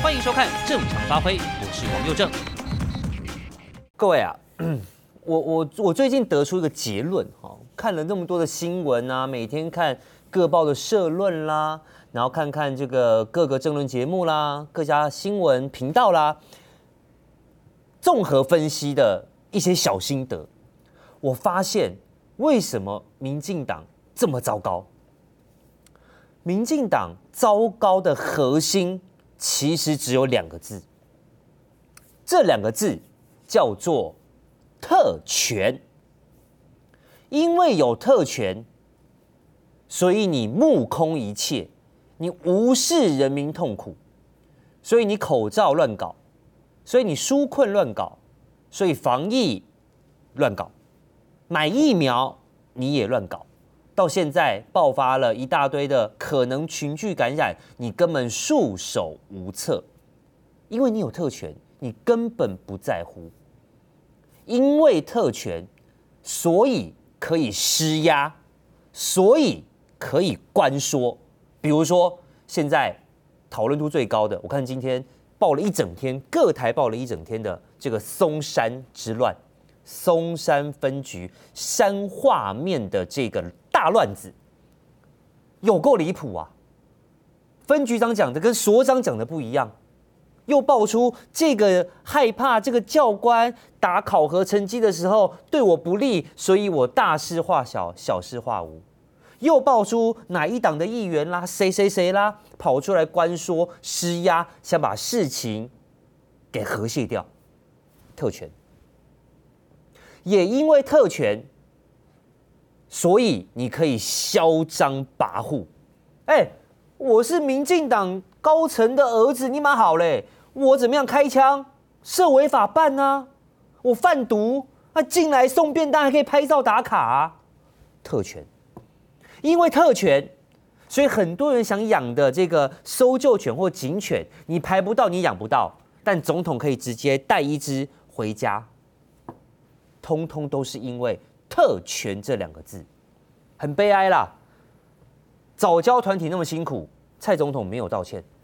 欢迎收看《正常发挥》，我是王佑正。 各位啊，我最近得出一个结论哈，看了那么多的新闻啊，每天看各报的社论啦，然后看看这个各个政论节目啦，各家新闻频道啦，综合分析的一些小心得，我发现为什么民进党这么糟糕？民进党糟糕的核心其实只有2个字，这2个字叫做特权。因为有特权，所以你目空一切，你无视人民痛苦，所以你口罩乱搞，所以你纾困乱搞，所以防疫乱搞，买疫苗你也乱搞，到现在爆发了一大堆的可能群聚感染，你根本束手无策，因为你有特权，你根本不在乎。因为特权，所以可以施压，所以可以关说。比如说，现在讨论度最高的，我看今天报了一整天，各台报了一整天的这个松山之乱，松山分局删画面的这个大乱子，有够离谱啊！分局长讲的跟所长讲的不一样。又爆出这个害怕这个教官打考核成绩的时候对我不利，所以我大事化小，小事化无。又爆出哪一党的议员啦，谁啦，跑出来关说施压，想把事情给和谐掉。特权，也因为特权，所以你可以嚣张跋扈。我是民进党高层的儿子，你蛮好嘞，我怎么样开枪，涉违法办啊，我贩毒，进来送便当还可以拍照打卡啊，特权。因为特权，所以很多人想养的这个搜救犬或警犬，你排不到，你养不到，但总统可以直接带一只回家，通通都是因为特权这2个字，很悲哀啦。早教团体那么辛苦，蔡总统没有道歉。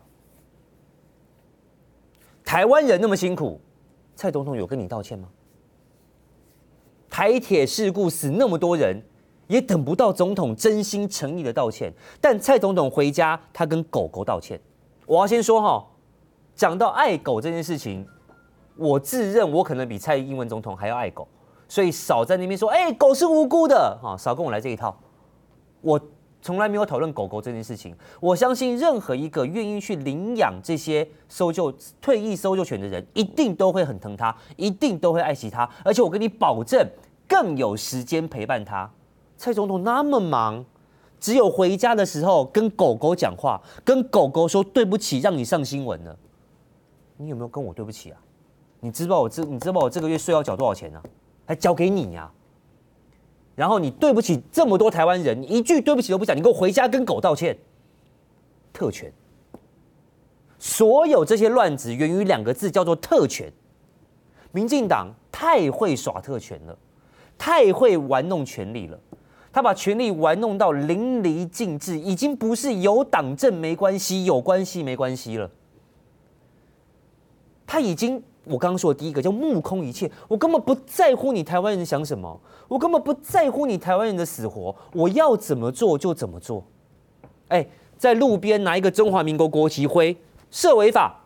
台湾人那么辛苦，蔡总统有跟你道歉吗？台铁事故死那么多人，也等不到总统真心诚意的道歉。但蔡总统回家，他跟狗狗道歉。我要先说哈，讲到爱狗这件事情，我自认我可能比蔡英文总统还要爱狗，所以少在那边说，狗是无辜的，少跟我来这一套。我从来没有讨论狗狗这件事情。我相信任何一个愿意去领养这些退役搜救犬的人，一定都会很疼它，一定都会爱惜它，而且我跟你保证，更有时间陪伴它。蔡总统那么忙，只有回家的时候跟狗狗讲话，跟狗狗说对不起，让你上新闻了。你有没有跟我对不起啊？你知道我这个月税要缴多少钱啊？还交给你啊？然后你对不起这么多台湾人，你一句对不起都不讲，你给我回家跟狗道歉。特权，所有这些乱子源于2个字，叫做特权。民进党太会耍特权了，太会玩弄权力了。他把权力玩弄到淋漓尽致，已经不是有党政没关系，有关系没关系了。他已经，我刚刚说的第一个叫目空一切，我根本不在乎你台湾人想什么，我根本不在乎你台湾人的死活，我要怎么做就怎么做。在路边拿一个中华民国国旗挥，涉违法；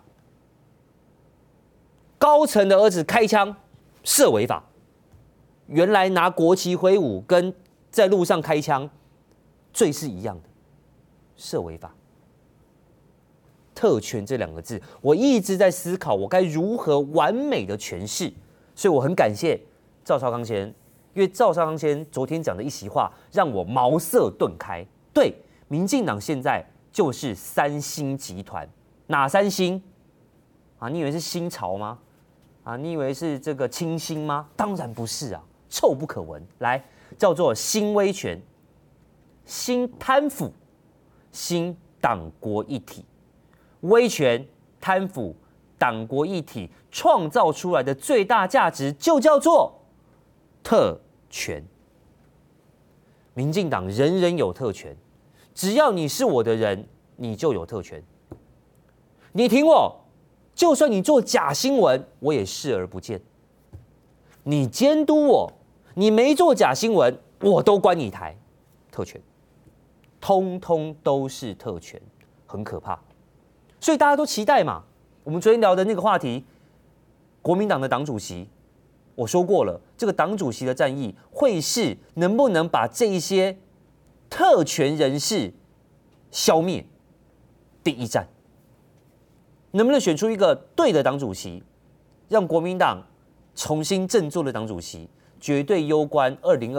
高层的儿子开枪，涉违法。原来拿国旗挥舞跟在路上开枪罪是一样的，涉违法。特权这2个字，我一直在思考我该如何完美的诠释，所以我很感谢赵少康先生，因为赵少康先生昨天讲的一席话让我茅塞顿开。对，民进党现在就是3星集团，哪3星啊？你以为是新潮吗？你以为是这个清新吗？当然不是啊，臭不可闻。来，叫做新威权、新贪腐、新党国一体。威权、贪腐、党国一体创造出来的最大价值，就叫做特权。民进党人人有特权，只要你是我的人，你就有特权。你挺我， 就算你做假新闻，我也视而不见。你监督我，你没做假新闻，我都关你台。特权，通通都是特权，很可怕。所以大家都期待嘛。我们昨天聊的那个话题，国民党的党主席，我说过了，这个党主席的战役会是能不能把这一些特权人士消灭第一战，能不能选出一个对的党主席，让国民党重新振作的党主席，绝对攸关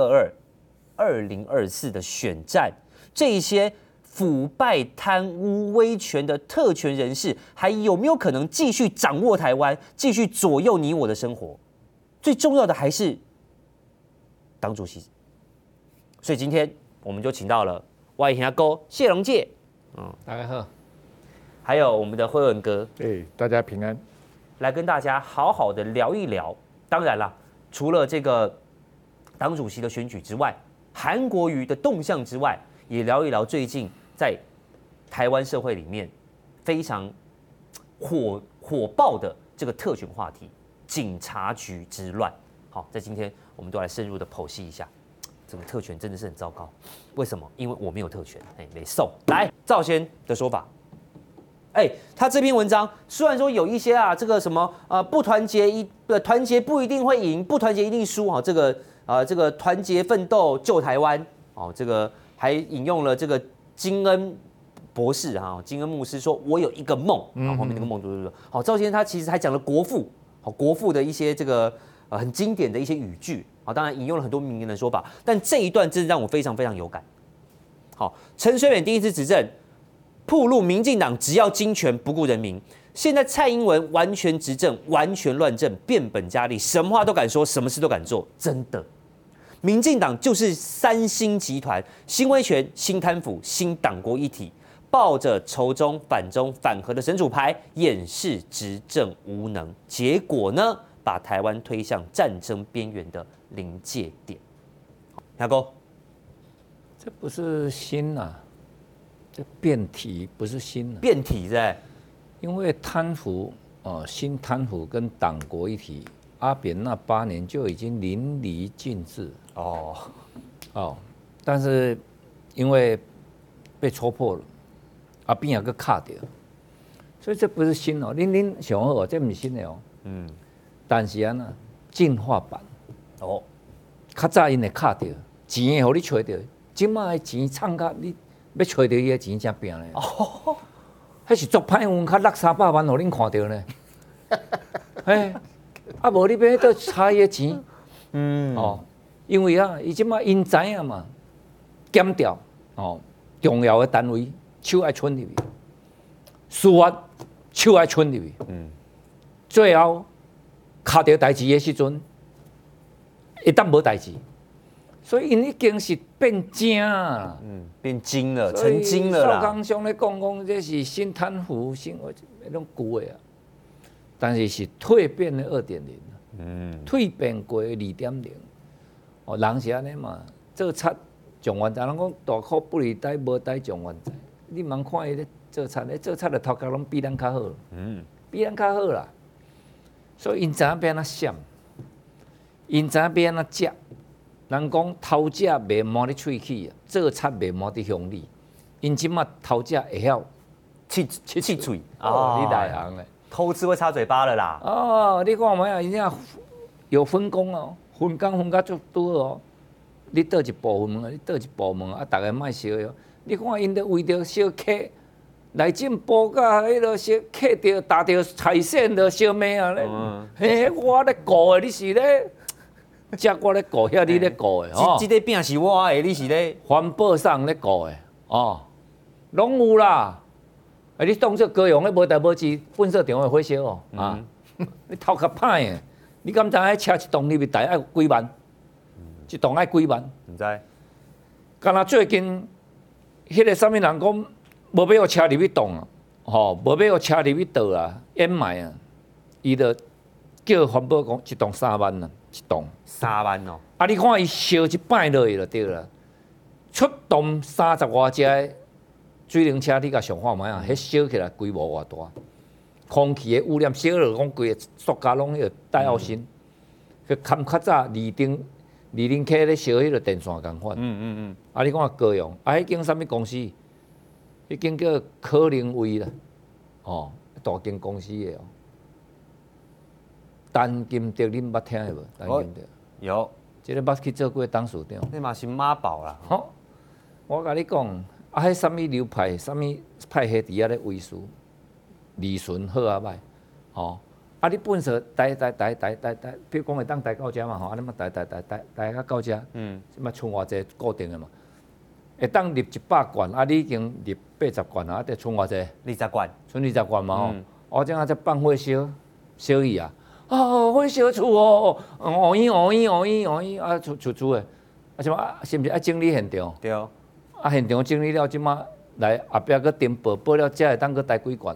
2022、2024的选战。这一些腐败、贪污、威权的特权人士，还有没有可能继续掌握台湾，继续左右你我的生活？最重要的还是党主席。所以今天我们就请到了外兄哥谢龙介， 大家好， 还有我们的辉文哥， 大家平安， 来跟大家好好的聊一聊。当然啦，除了这个党主席的选举之外，韩国瑜的动向之外，也聊一聊最近在台湾社会里面非常火爆的这个特权话题——警察局之乱。好，在今天我们都来深入的剖析一下，这个特权真的是很糟糕。为什么？因为我没有特权，没送。来，赵先的说法。他这篇文章虽然说有一些这个什么不团结团结不一定会赢，不团结一定输啊，这个团结奋斗救台湾这个还引用了这个金恩博士金恩牧师说，我有一个梦，后面那个梦好，赵先生他其实还讲了国父的一些这个很经典的一些语句当然引用了很多名人的说法，但这一段真的让我非常非常有感。好，陈水扁第一次执政，暴露民进党只要金权不顾人民。现在蔡英文完全执政，完全乱政，变本加厉，什么话都敢说，什么事都敢做，真的。民进党就是三星集团，新威权、新贪腐、新党国一体，抱着仇中、反中、反核的神主牌，掩饰执政无能，结果呢，把台湾推向战争边缘的临界点。亚哥， 这不是新这变体不是新变体在， 因为贪腐新贪腐跟党国一体，阿扁那8年就已经淋漓尽致但是因为被戳破了，阿扁也个卡掉，所以这不是新您想好这不是新的但是进化版较早因会卡掉，钱会互你找到，即卖的钱创甲你要找到伊的钱真拼咧。迄是足歹运，较600-300万，互恁看到呢。无你要倒差伊的钱，因为伊即卖因知影嘛，检调重要的单位手爱伸入去，司法手爱伸入去，最后卡到代志的时阵，一旦无代志。所以因已经是变精了， 变精了，成精了啦。 邵康兄咧讲这是新贪腐、新那种旧的但是是蜕变的2.0，蜕变过的2.0。人是安尼嘛，做贼状元财，人讲大苦不离呆，无呆状元财。你茫看伊咧做贼咧，做贼的头壳拢比咱较好，比咱较好啦。所以因知影要安怎闪，因知影要安怎食。人讲偷食袂摸你喙齿做贼袂摸你乡里。因即马偷食会晓气嘴你内行诶， 偷吃会擦嘴巴了啦。 你看嘛，因遐有分工分工分甲足多你倒一部门你倒一部门大家莫烧哟。你看因咧为着小客内政部甲迄落小客着打着财线着烧咩咧？我咧顾诶，你是咧？只我咧顾，遐你咧顾诶这个饼是我的，你是咧环保上咧顾诶拢有啦。你当作高雄咧无代无志，粪扫场诶火烧你头壳歹诶，你敢知影车一栋入去大概几万？一栋爱几万？ 唔知。 敢若最近迄个啥物人讲，无要车入去动无要车入去倒掩埋伊就叫环保讲一栋3万一栋 3万你看伊烧一摆落去就对啦，出动30外只水灵车，你甲上看卖迄烧起来规模偌大， 空气的污染，小了讲规个塑胶拢迄个戴奥辛，去看较早二零 K 咧烧迄个电线共款。啊，你看高雄，啊，迄间啥物公司？迄间叫科林威啦，哦，大间公司的哦。陈金德，恁捌听的无？陈金德有， 即个捌去做过董事长。 那嘛是妈宝啦。 吼，我甲你讲，啊，迄啥物流派，啥物派系伫遐咧维持，利润好啊歹，吼。啊，你本身待，比如讲会当待到遮嘛吼，啊，你嘛待到到遮，即嘛剩偌济固定的嘛，会当入100罐，啊，你已经入80罐啊，得剩偌济 20罐， 剩20罐嘛吼。我怎啊才放火烧去啊？哦，火烧厝哦，哦咦，啊，厝的，啊，什么啊？是毋是爱整理现场？ 对。啊， 现场整理了，即马来后壁佫订报了，才会当佫待几罐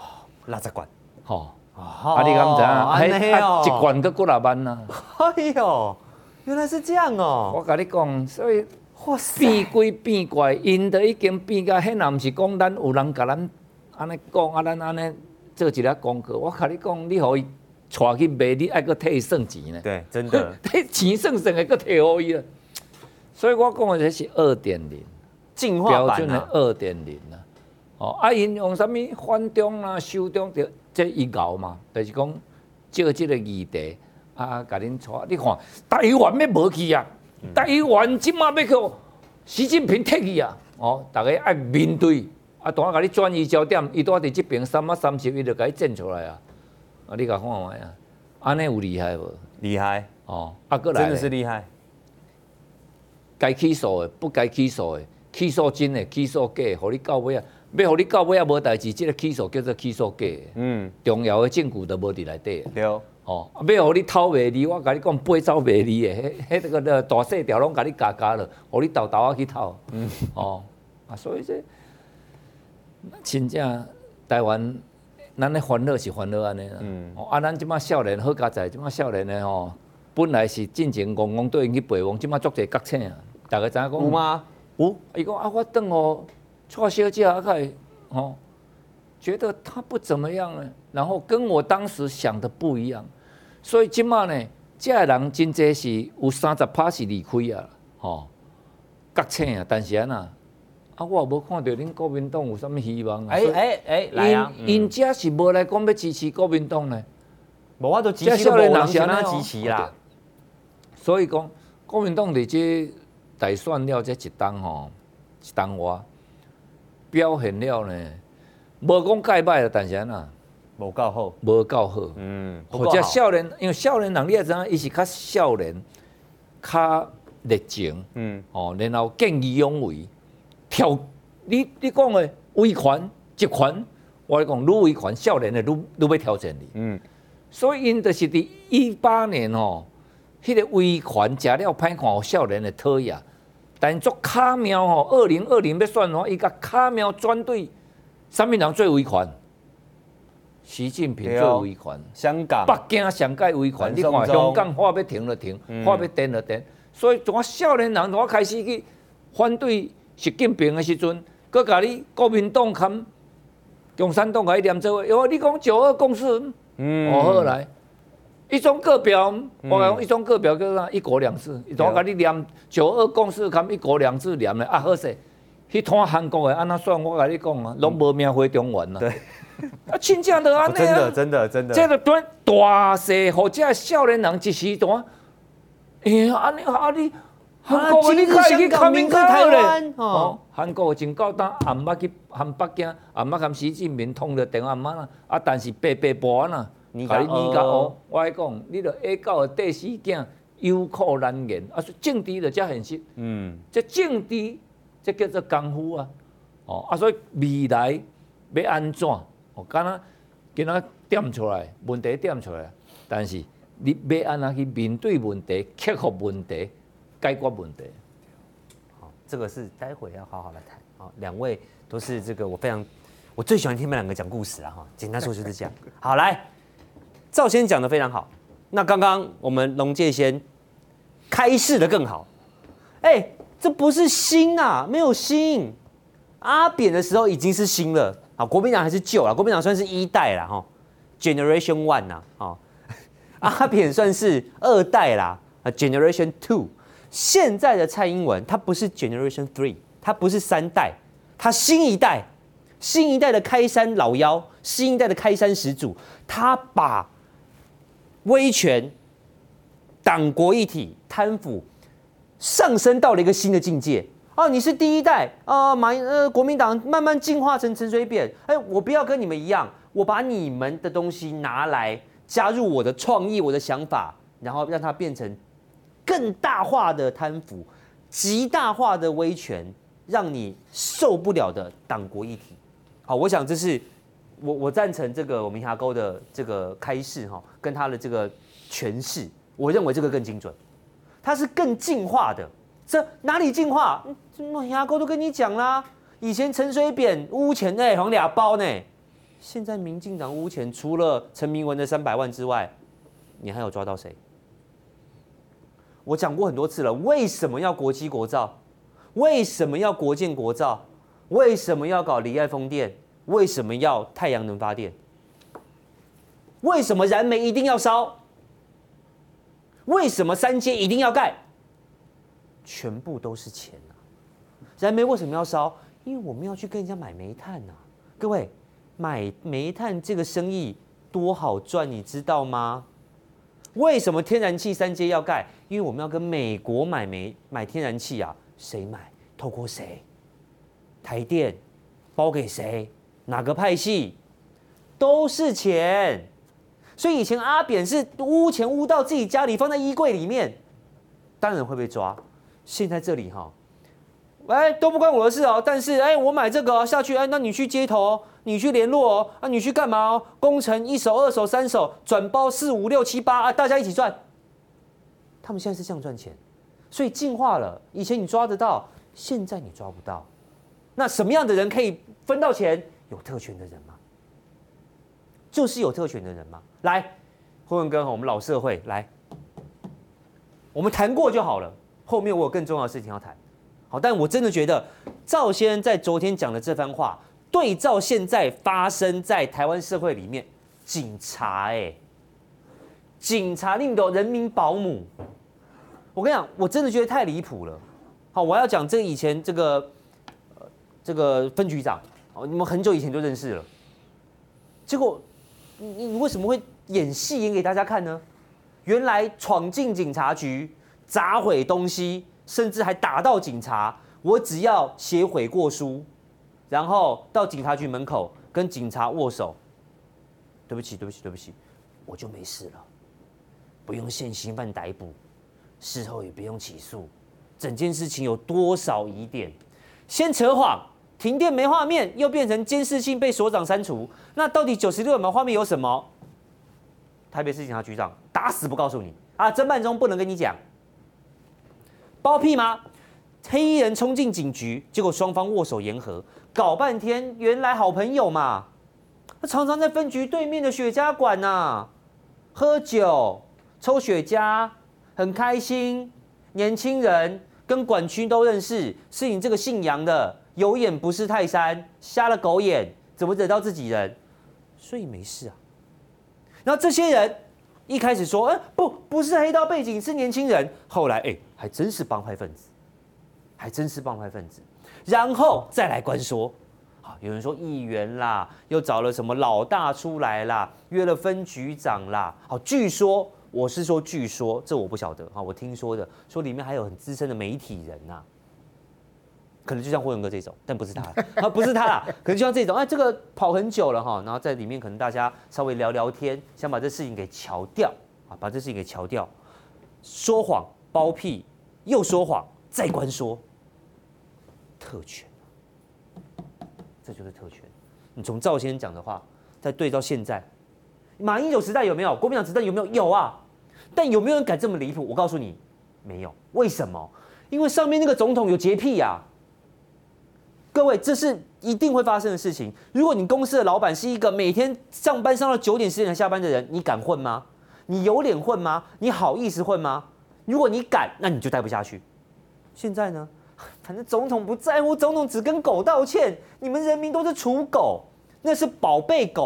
？60罐。 吼。啊，你敢毋知影？一罐佫几60万啊！ 哎呦，原来是这样哦！ 我甲你讲，所以变归变怪，因都已经变甲，迄若毋是讲咱有人甲咱安尼讲，啊，咱安尼做一个功课。我甲你讲，你互伊带去卖，你爱佫替伊算钱呢。 对，真的。 替钱算的佫摕互伊了。所以我讲的这是2.0， 进化版标准的2.0啦。哦，啊，因用啥物反中啦、收中着。这伊熬嘛，就是讲借这个议题啊，甲恁带。你看台湾要无去啊，台湾即马要去习近平摕去啊，哦，大家爱面对啊，当甲你转移焦点，伊拄伫即边330，伊就甲你整出来啊。啊，你甲看卖啊，安尼有厉害无？ 厉害哦，啊，过来真的是厉害。 该起诉的，不该起诉的，起诉真的，起诉假的，互你到尾啊。要互你到尾啊无代志，即个起诉叫做起诉假的。重要的证据都无伫内底。 对。 哦，要互你偷卖你，我甲你讲8走卖你的，迄个大细条拢甲你加了，互你豆啊去偷。哦，啊，所以这真正台湾，咱的烦恼是烦恼安尼啦。啊，咱即马少年好佳在，即马少年的吼，本来是进前戆戆对因去陪王，即马足侪觉醒啊。大家知影讲？ 有吗？ 有。伊讲啊，我等哦。蔡小姐啊，哦，觉得他不怎么样呢，然后跟我当时想的不一样，所以今嘛呢，这个人真济是有30%是离开啊，吼，觉醒啊，但是啊呐，啊我无看到恁国民党有啥物希望啊， 来啊， 因家是无来讲要支持国民党呢， 无我都支持都无人想要支持啦， 所以讲国民党伫这大选了这一冬吼，一冬外。表现了呢，无讲介歹啦，但是啊， 无够好， 无够好。或者少年，因为少年人你也知影，伊是较少年，较热情。哦，然后见义勇为，你讲的威权、集权，我讲愈威权，少年的愈要挑战你。所以因就是伫18年哦，迄个威权食了歹看，互少年的讨厌。但做卡苗吼，2020要选吼，伊甲卡苗转对，啥物人最威权？习近平最威权。 香港、 北京上届威权，你看香港话要停就停，话要颠就颠。所以从少年人从开始去反对习近平的时阵，佮甲你国民党含共产党甲伊连做伙，哟，你讲9·2共识，好来。一中各表，我讲一中各表叫啥？1国2制，伊怎甲你念9·2共识，含1国2制念的啊？好势，迄摊韩国的安怎算？我甲你讲啊，拢无命回中原啦。对，啊，真正就安尼啊！ 真的。 这个大势，或者少年人一时段，安尼啊你韩国你可以去看民台湾哦，韩国真够胆，也毋捌去含北京，也毋捌含习近平通着电话嘛啦。啊，但是白无啊呐。甲你研究，我来讲，你著下到的第4囝有苦难言，啊，政治就遮现实。这政治，这叫做功夫啊。啊，所以未来要安怎？敢若今仔点出来，问题点出来，但是你要安怎去面对问题、克服问题、解决问题？ 好，这个是待会要好好来谈。好，2位都是这个我最喜欢听你们2个讲故事了哈。简单说就是这样。好，来。赵先讲的非常好，那刚刚我们龙介先开示的更好，这不是新啊，没有新，阿扁的时候已经是新了，好，国民党还是旧了，国民党算是1代了哈， Generation One 呐，阿扁算是2代啦，Generation Two。现在的蔡英文，他不是 Generation Three， 他不是3代，他新一代的开山老妖，新一代的开山始祖，他把威权、党国一体、贪腐上升到了一个新的境界。你是第一代国民党慢慢进化成陈水扁，我不要跟你们一样，我把你们的东西拿来加入我的创意、我的想法，然后让它变成更大化的贪腐、极大化的威权，让你受不了的党国一体。好，我想这是我赞成这个我们牙沟的这个开示跟他的这个诠释，我认为这个更精准，它是更进化的。这哪里进化？牙沟都跟你讲啦，以前陈水扁污钱红俩包呢，现在民进党污钱，除了陈明文的300万之外，你还有抓到谁？我讲过很多次了，为什么要国机国造？为什么要国建国造？为什么要搞离岸风电？为什么要太阳能发电？为什么燃煤一定要烧？为什么3阶一定要盖？全部都是钱啊！燃煤为什么要烧？因为我们要去跟人家买煤炭啊！各位，买煤炭这个生意多好赚，你知道吗？为什么天然气3阶要盖？因为我们要跟美国买天然气啊！谁买？透过谁？台电包给谁？哪个派系？都是钱。所以以前阿扁是污钱污到自己家里放在衣柜里面，当然会被抓。现在这里都不关我的事哦。但是我买这个下去，那你去接头，你去联络你去干嘛工程1手、2手、3手，转包4、5、6、7、8大家一起赚。他们现在是这样赚钱，所以进化了。以前你抓得到，现在你抓不到。那什么样的人可以分到钱？有特权的人吗？就是有特权的人吗？来，辉文哥，我们老社会来，我们谈过就好了。后面我有更重要的事情要谈。好，但我真的觉得赵先生在昨天讲的这番话，对照现在发生在台湾社会里面，警察令的人民保姆，我跟你讲，我真的觉得太离谱了。好，我要讲以前这个分局长，你们很久以前就认识了，结果你为什么会演戏演给大家看呢？原来闯进警察局，砸毁东西，甚至还打到警察，我只要写悔过书，然后到警察局门口跟警察握手，对不起，我就没事了，不用现行犯逮捕，事后也不用起诉，整件事情有多少疑点？先扯谎，停电没画面，又变成监视器被所长删除，那到底96秒画面有什么？台北市警察局长打死不告诉你啊！侦办中不能跟你讲。包庇吗？黑衣人冲进警局，结果双方握手言和，搞半天原来好朋友嘛。他常常在分局对面的雪茄馆喝酒、抽雪茄，很开心。年轻人跟管区都认识，是你这个姓杨的，有眼不识泰山，瞎了狗眼，怎么惹到自己人？所以没事啊。然后这些人一开始说，不是黑道背景，是年轻人。后来，还真是帮派分子，然后再来关说，有人说议员啦，又找了什么老大出来啦，约了分局长啦。据说，据说，这我不晓得我听说的，说里面还有很资深的媒体人呐。可能就像霍勇哥这种，但不是他，不是他啦，可能就像这种，这个跑很久了然后在里面可能大家稍微聊聊天，想把这事情给瞧掉说谎、包庇，又说谎，再关说，特权，这就是特权。你从赵先生讲的话，再对照现在，马英九时代有没有？国民党时代有没有？有啊，但有没有人敢这么离谱？我告诉你，没有。为什么？因为上面那个总统有洁癖呀。各位，这是一定会发生的事情。如果你公司的老板是一个每天上班上到9点10点才下班的人，你敢混吗？你有脸混吗？你好意思混吗？如果你敢，那你就待不下去。现在呢，反正总统不在乎，总统只跟狗道歉。你们人民都是刍狗，那是宝贝狗，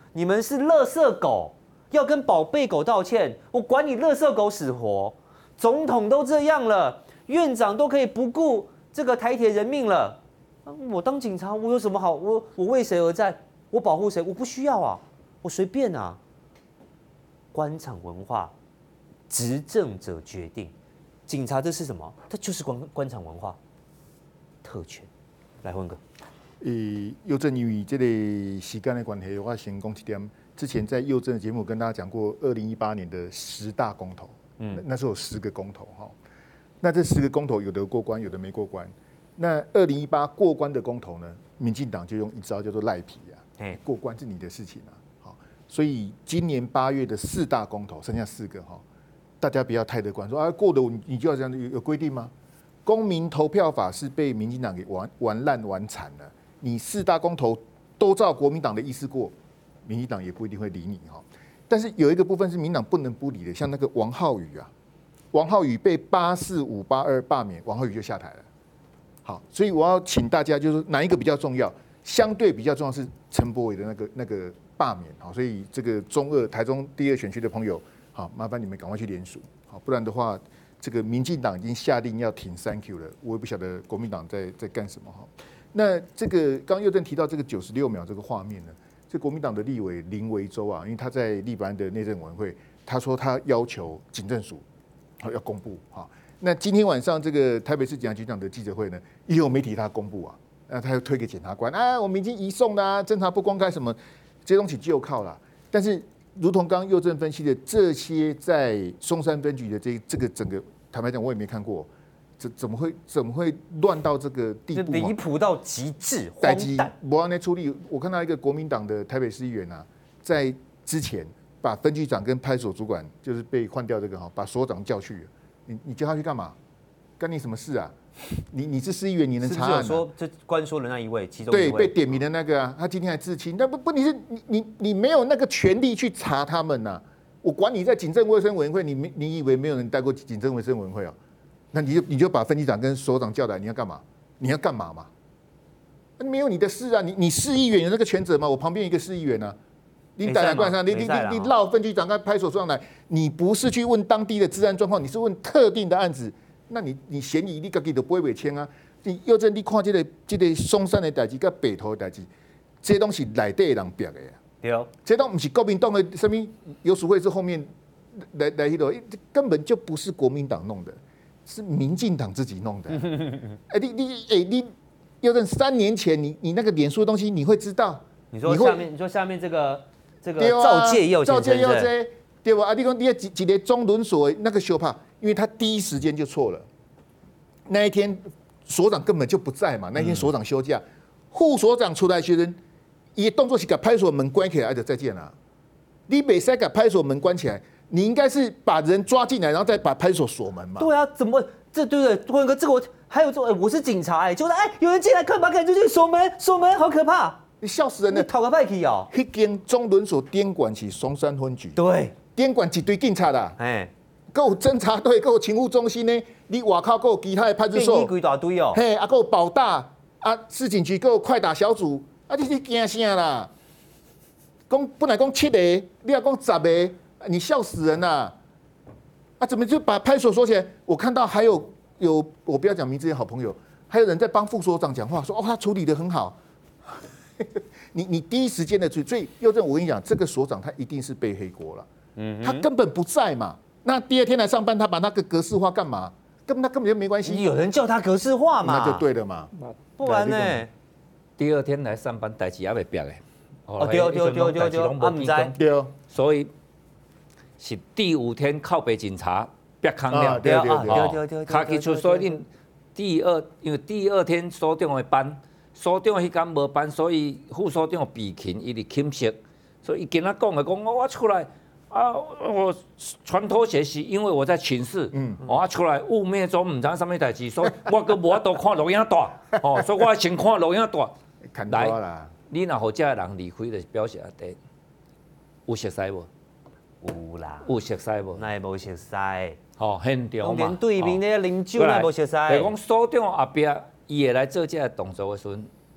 你们是垃圾狗，要跟宝贝狗道歉，我管你垃圾狗死活。总统都这样了，院长都可以不顾这个台铁人命了，我当警察我有什么好？我为谁而战？我保护谁？我不需要啊，我随便啊。官场文化，执政者决定。警察这是什么？这就是官场文化，特权。来，混哥。 佑正因为这个时间的关系，我先讲一点。之前在佑正的节目跟大家讲过，2018年的10大公投，那时候有10个公投哈。那这10个公投有的过关，有的没过关。那2018过关的公投呢，民进党就用一招叫做赖皮啊，过关是你的事情啊。好，所以今年8月的4大公投剩下4个哈，大家不要太乐观，说啊过的你就要这样，有规定吗？公民投票法是被民进党给玩烂玩惨了。你4大公投都照国民党的意思过，民进党也不一定会理你哈。但是有一个部分是民进党不能不理的，像那个王浩宇啊，王浩宇被84582罢免，王浩宇就下台了。好，所以我要请大家就是哪一个比较重要？相对比较重要是陈柏惟的那个罢免。好，所以这个中2台中第2选区的朋友，好，麻烦你们赶快去联署，好，不然的话，这个民进党已经下令要挺3Q 了，我也不晓得国民党在干什么哈。那这个刚刚佑正提到这个96秒这个画面呢，这国民党的立委林维洲啊，因为他在立法院的内政委员会，他说他要求警政署要公布哈。那今天晚上这个台北市警察局长的记者会呢，也有媒体他公布啊，那他又推给检察官啊，我们已经移送啦，侦查不公开什么，这些东西就靠啦。但是如同刚刚佑正分析的，这些在松山分局的这个整个，坦白讲我也没看过。怎么会乱到这个地步？ 离谱到极致，荒诞。 不按那处理，我看到一个国民党的台北市议员啊，在之前把分局长跟派出所主管就是被换掉这个哈，把所长叫去，你叫他去干嘛？干你什么事啊？你是市议员，你能查案、啊？ 是不是有说这关说的那一位，其中一位对被点名的那个啊，他今天还自清，但不你是你没有那个权利去查他们呐、啊。我管你在警政卫生委员会，你以为没有人带过警政卫生委员会啊？那你就把分局长跟所长叫来，你要干嘛？你要干嘛嘛？没有你的事啊！你市议员有那个权责吗？我旁边一个市议员啊，你打来冠上，你绕分局长跟派出所上来，你不是去问当地的治安状况，你是问特定的案子，那你嫌疑你自己就不会违签啊！你佑正你看这个松山的代志跟北投的代志，这东西内底的人逼的呀。 对，这都不是国民党的什么游淑慧是后面来那个，根本就不是国民党弄的。是民进党自己弄的，你佑正3年前你那个脸书的东西你会知道？ 你说下面这个赵介佑先生， 对吧？啊，你讲你几个中轮所那个修法，因为他第一时间就错了。那一天所长根本就不在嘛，那天所长休假，副所长出来时阵，伊动作是把派出所门关起来就再见了。你不使把派出所门关起来。你应该是把人抓进来，然后再把派出所锁门嘛？ 对啊，怎么这对不对？辉文哥，这个我还有我是警察就是有人进来，把人就去锁门，好可怕！ 你笑死人了， 你讨个派去哦！ 那间中轮所监管是松山分局， 对， 监管一堆警察啦，还有侦查队，还有勤务中心呢，你外口还有其他的派出所， 一大堆哦， 嘿，还有保大啊，市警局还有快打小组，啊，你惊啥啦？本来讲7个，你要讲10个。你笑死人啦！啊，怎么就把派出所锁起来？我看到还有我不要讲名字的好朋友，还有人在帮副所长讲话，说他处理得很好。你第一时间的所以佑正，我跟你讲，这个所长他一定是背黑锅了。他根本不在嘛。那第2天来上班，他把那个格式化干嘛？他根本就没关系。 有人叫他格式化嘛？ 那就对了嘛。 不然呢？ 第2天来上班，代志也未变的。 对，啊唔知。 对， 所以。是第5天靠北警察别康了， 对， 卡起出所以因为第2天所长的班，所长迄天无班，所以副所长被勤伊哩寝室，所以伊今仔讲我出来啊，我穿拖鞋是因为我在寝室，我出来雾灭中唔知啥物代志，所以我阁无法度看录影带，所以我先看录影带。来，你若互遮人离开，就是表示第有熟悉无？ 有啦， 有熟悉无？ 那会无熟悉。 现场嘛。 连对面的啉酒那无熟悉。 就是讲所长后壁伊会来做这个动作的时阵，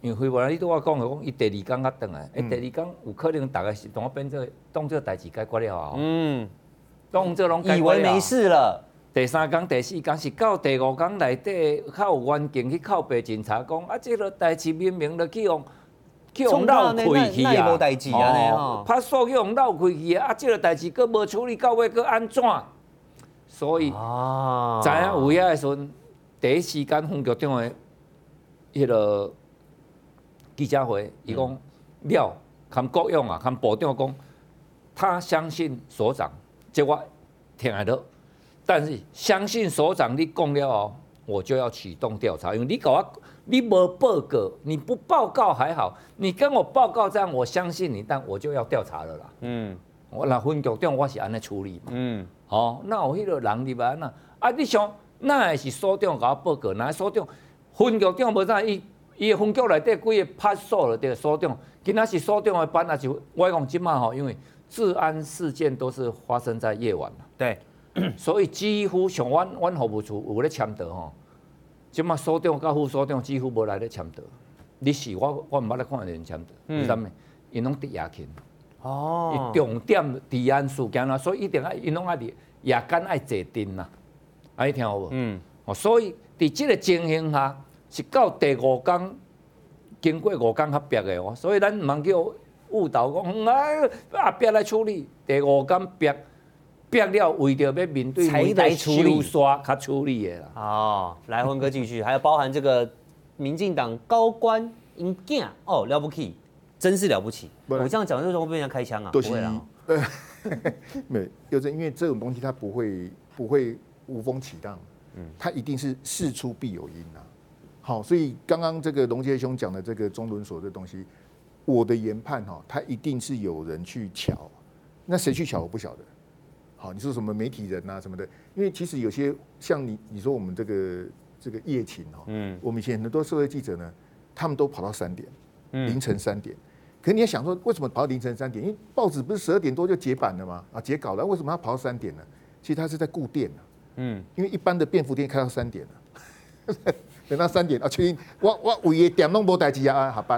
因为非法你对我讲的讲，伊第二天才转来，第二天有可能大家是当我变做当这代志解决了后，当这拢解决了， 以为没事了。 第三天、第四天是到第五天内底，较有远见去靠北检察讲，啊，这个代志明明就去用绕开去那也无代志啊， 拍锁去用绕开去啊，这个代志佫无处理到尾，佫安怎？所以知影有遐的时阵，第一时间分局长的迄个记者会，伊讲了，跟国用啊，跟部长讲，他相信所长，这我听来了。但是相信所长你讲了后，我就要启动调查，因为你搞我，你无报告，你不报告还好，你跟我报告这样，我相信你，但我就要调查了啦。我那分局长我是安尼处理嘛。那有迄个人入来呐，你想那会是所长甲我报告，那所长分局长无啥，伊的分局内底几个派出所的所长，今仔是所长的班，就我讲即马吼，因为治安事件都是发生在夜晚嘛。 对。 所以几乎像阮服务处有咧签到吼，即马所长甲副所长几乎无来咧签到。你是我毋捌咧看人签到，为啥物？因拢伫夜勤。伊重点治安事件啦，所以一定爱因拢爱伫夜间爱坐镇啦。你听有无？所以伫即个情形下，是到第五天，经过5天较逼的哦。所以咱毋通叫误导讲，后壁来处理，第5天逼。逼了，为着要面对才来处理， 刷较处理的啦。来文哥继续，还有包含这个民进党高官因囝了不起，真是了不起。我这样讲就是会被人家开枪啊？不会啦。 没有，因为这种东西它不会无风起浪，它一定是事出必有因啊。好，所以刚刚这个龙杰兄讲的这个中轮所这东西，我的研判它一定是有人去瞧，那谁去瞧我不晓得。好，你说什么媒体人啊什么的，因为其实有些像你说我们这个夜勤我们以前很多社会记者呢，他们都跑到3点，凌晨3点。可是你也想说，为什么跑到凌晨3点？因为报纸不是12点多就截版了吗？截稿了，为什么他跑到3点呢？其实他是在顾店因为一般的便服店开到3点了。等到3点确定我有的店拢无代志下班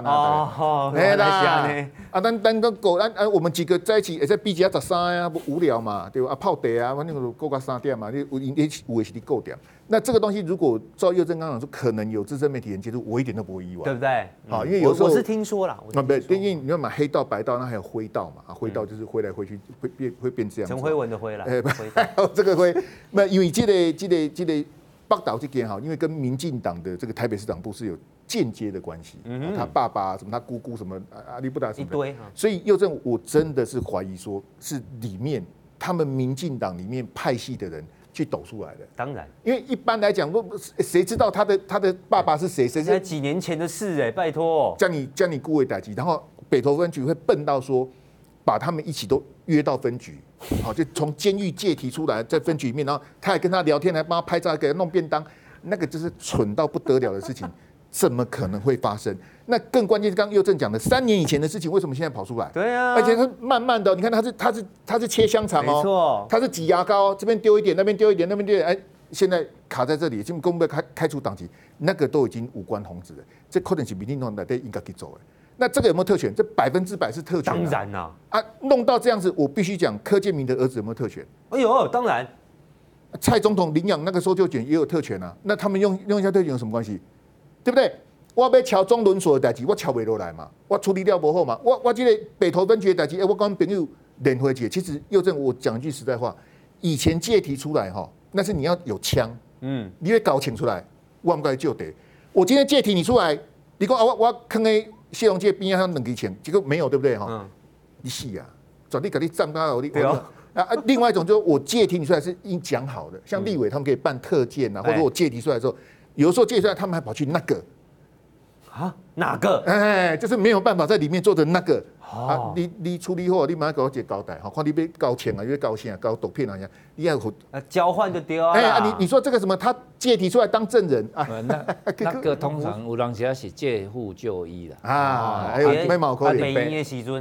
咱我们几个在一起，会使比一下13不无聊嘛，对吧？泡茶反正够到3点嘛，你有的是你够点。那这个东西如果照佑正刚讲说，可能有资深媒体人接触，我一点都不会意外， 对不对？ 好，因为有时候我是听说啦， 因为你要买黑道、白道，那还有灰道嘛，灰道就是挥来挥去会变这样。 陈辉文的辉啦， 这个灰，那因为这个。报道这件因为跟民进党的这个台北市党部是有间接的关系，他爸爸什么，他姑姑什么，阿里不达什么一堆， 所以佑正我真的是怀疑说，是里面他们民进党里面派系的人去抖出来的。 当然， 因为一般来讲，谁知道他的爸爸是谁？谁是几年前的事拜托， 叫你顾为代级，然后北投分局会笨到说，把他们一起都约到分局。就从监狱借题出来，在分局里面，然后他还跟他聊天，还帮他拍照，还给他弄便当，那个就是蠢到不得了的事情，怎么可能会发生？那更关键是刚刚佑正讲的3年以前的事情，为什么现在跑出来？ 对啊， 而且他慢慢的，你看他是切香肠没错， 他是挤牙膏，这边丢一点，那边丢一点，那边丢一点，现在卡在这里，经公布开除党籍，那个都已经无关红纸了，这可能是民进党内底应该去做的。那这个有没有特权？这100%是特权。 当然啦， 弄到这样子，我必须讲，柯建铭的儿子有没有特权？ 哎呦，当然， 蔡总统领养那个搜救犬也有特权啊。那他们用一下特权有什么关系？对不对？我要敲中轮所的代志，我敲不落来嘛，我处理了不好嘛。我这个北投分局的代志，我跟朋友联合解。其实佑正，我讲一句实在话，以前借题出来那是你要有枪，你会搞清出来，我唔该就得。我今天借题你出来，你讲我坑的。谢龙介边上2支钱，结果没有，对不对你死啊！转力给你站到你另外一种就是我借题你出来是应讲好的，像立委他们可以办特件或者我借题出来之后，有的时候借出来他们还跑去那个哪个？ 就是没有办法在里面做的那个你处理后，你马上给我一个交代看你要交钱要交啥，交毒片你要交换就丢啊！ 你说这个什么，他借题出来当证人那个通常有人写是借户就医啦还有没毛可以美英的时阵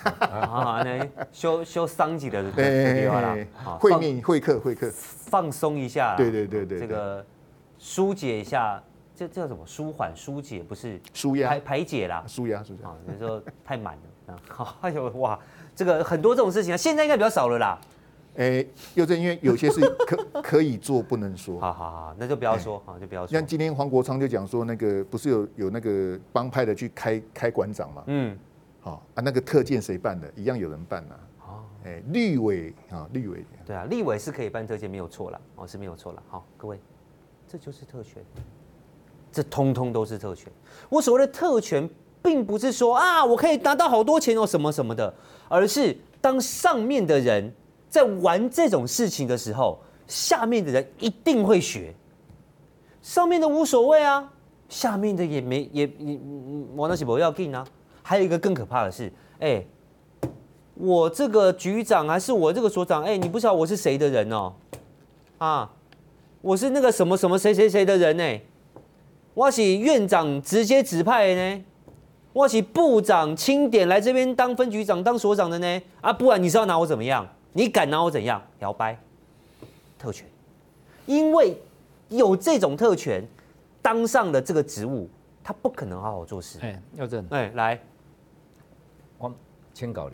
修伤级的对啦， 会客放松一下， 对， 这个疏解一下这叫什么？舒缓、疏解，不是舒压、 排解啦。 舒压。 啊，有时候太满了。哎呦哇，这个很多这种事情啊，现在应该比较少了啦。 佑正，因为有些是可以做不能说。 好，那就不要说，好就不要说。 像今天黄国昌就讲说，那个不是有那个帮派的去开馆长嘛？好啊，那个特建谁办的？一样有人办呐。立委啊，立委。 对啊，立委是可以办特建，没有错啦，是没有错啦。好，各位，这就是特权，这通通都是特权。我所谓的特权，并不是说啊，我可以拿到好多钱哦，什么什么的，而是当上面的人在玩这种事情的时候，下面的人一定会学。上面的无所谓啊，下面的也玩那些不要紧啊。还有一个更可怕的是，我这个局长还是我这个所长，你不知道我是谁的人哦，啊，我是那个什么什么谁谁谁的人呢？我是院长直接指派的呢，我是部长钦点来这边当分局长、当所长的呢，啊，不然你是要拿我怎么样？你敢拿我怎样？摇摆，特权，因为有这种特权，当上了这个职务，他不可能好好做事。 耀正， 来， 我请教你。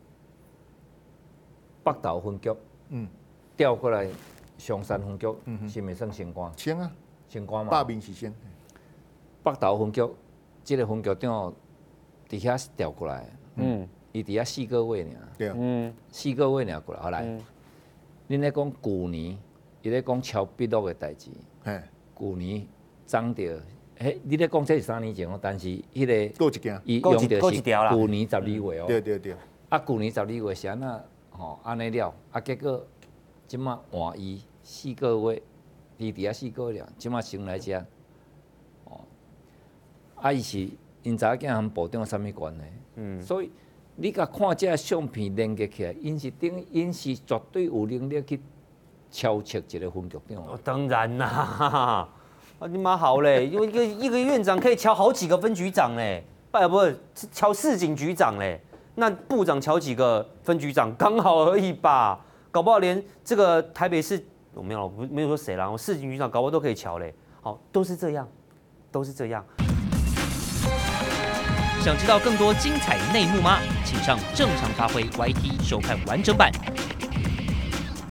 北投分局，调过来上山分局，是咪算升官？ 升啊， 升官嘛。 罢免是升。 北投分局，这个分局长伫遐调过来，伊伫遐4个月尔， 对啊 ，4个月尔过来，后来，恁咧讲去年，伊咧讲超笔录的代志，去年涨着，你咧讲这是3年前哦，但是迄个， 够一件， 伊用的是去年12月哦， 对， 啊，去年12月是安那？安尼了，结果即马换伊4个月，伊伫遐4个月了，即马升来遮，伊是因查囝和部长啥物关系？所以你甲看这相片连接起来，因是绝对有能力去敲切一个分局长。 当然啦，你妈好嘞，因为一个院长可以敲好几个分局长嘞，不是敲4警局长嘞。那部长瞧几个分局长刚好而已吧，搞不好连这个台北市我没有说谁啦，我4警局长搞不好都可以瞧嘞。好，都是这样。 想知道更多精彩内幕吗？请上正常发挥 YT 收看完整版。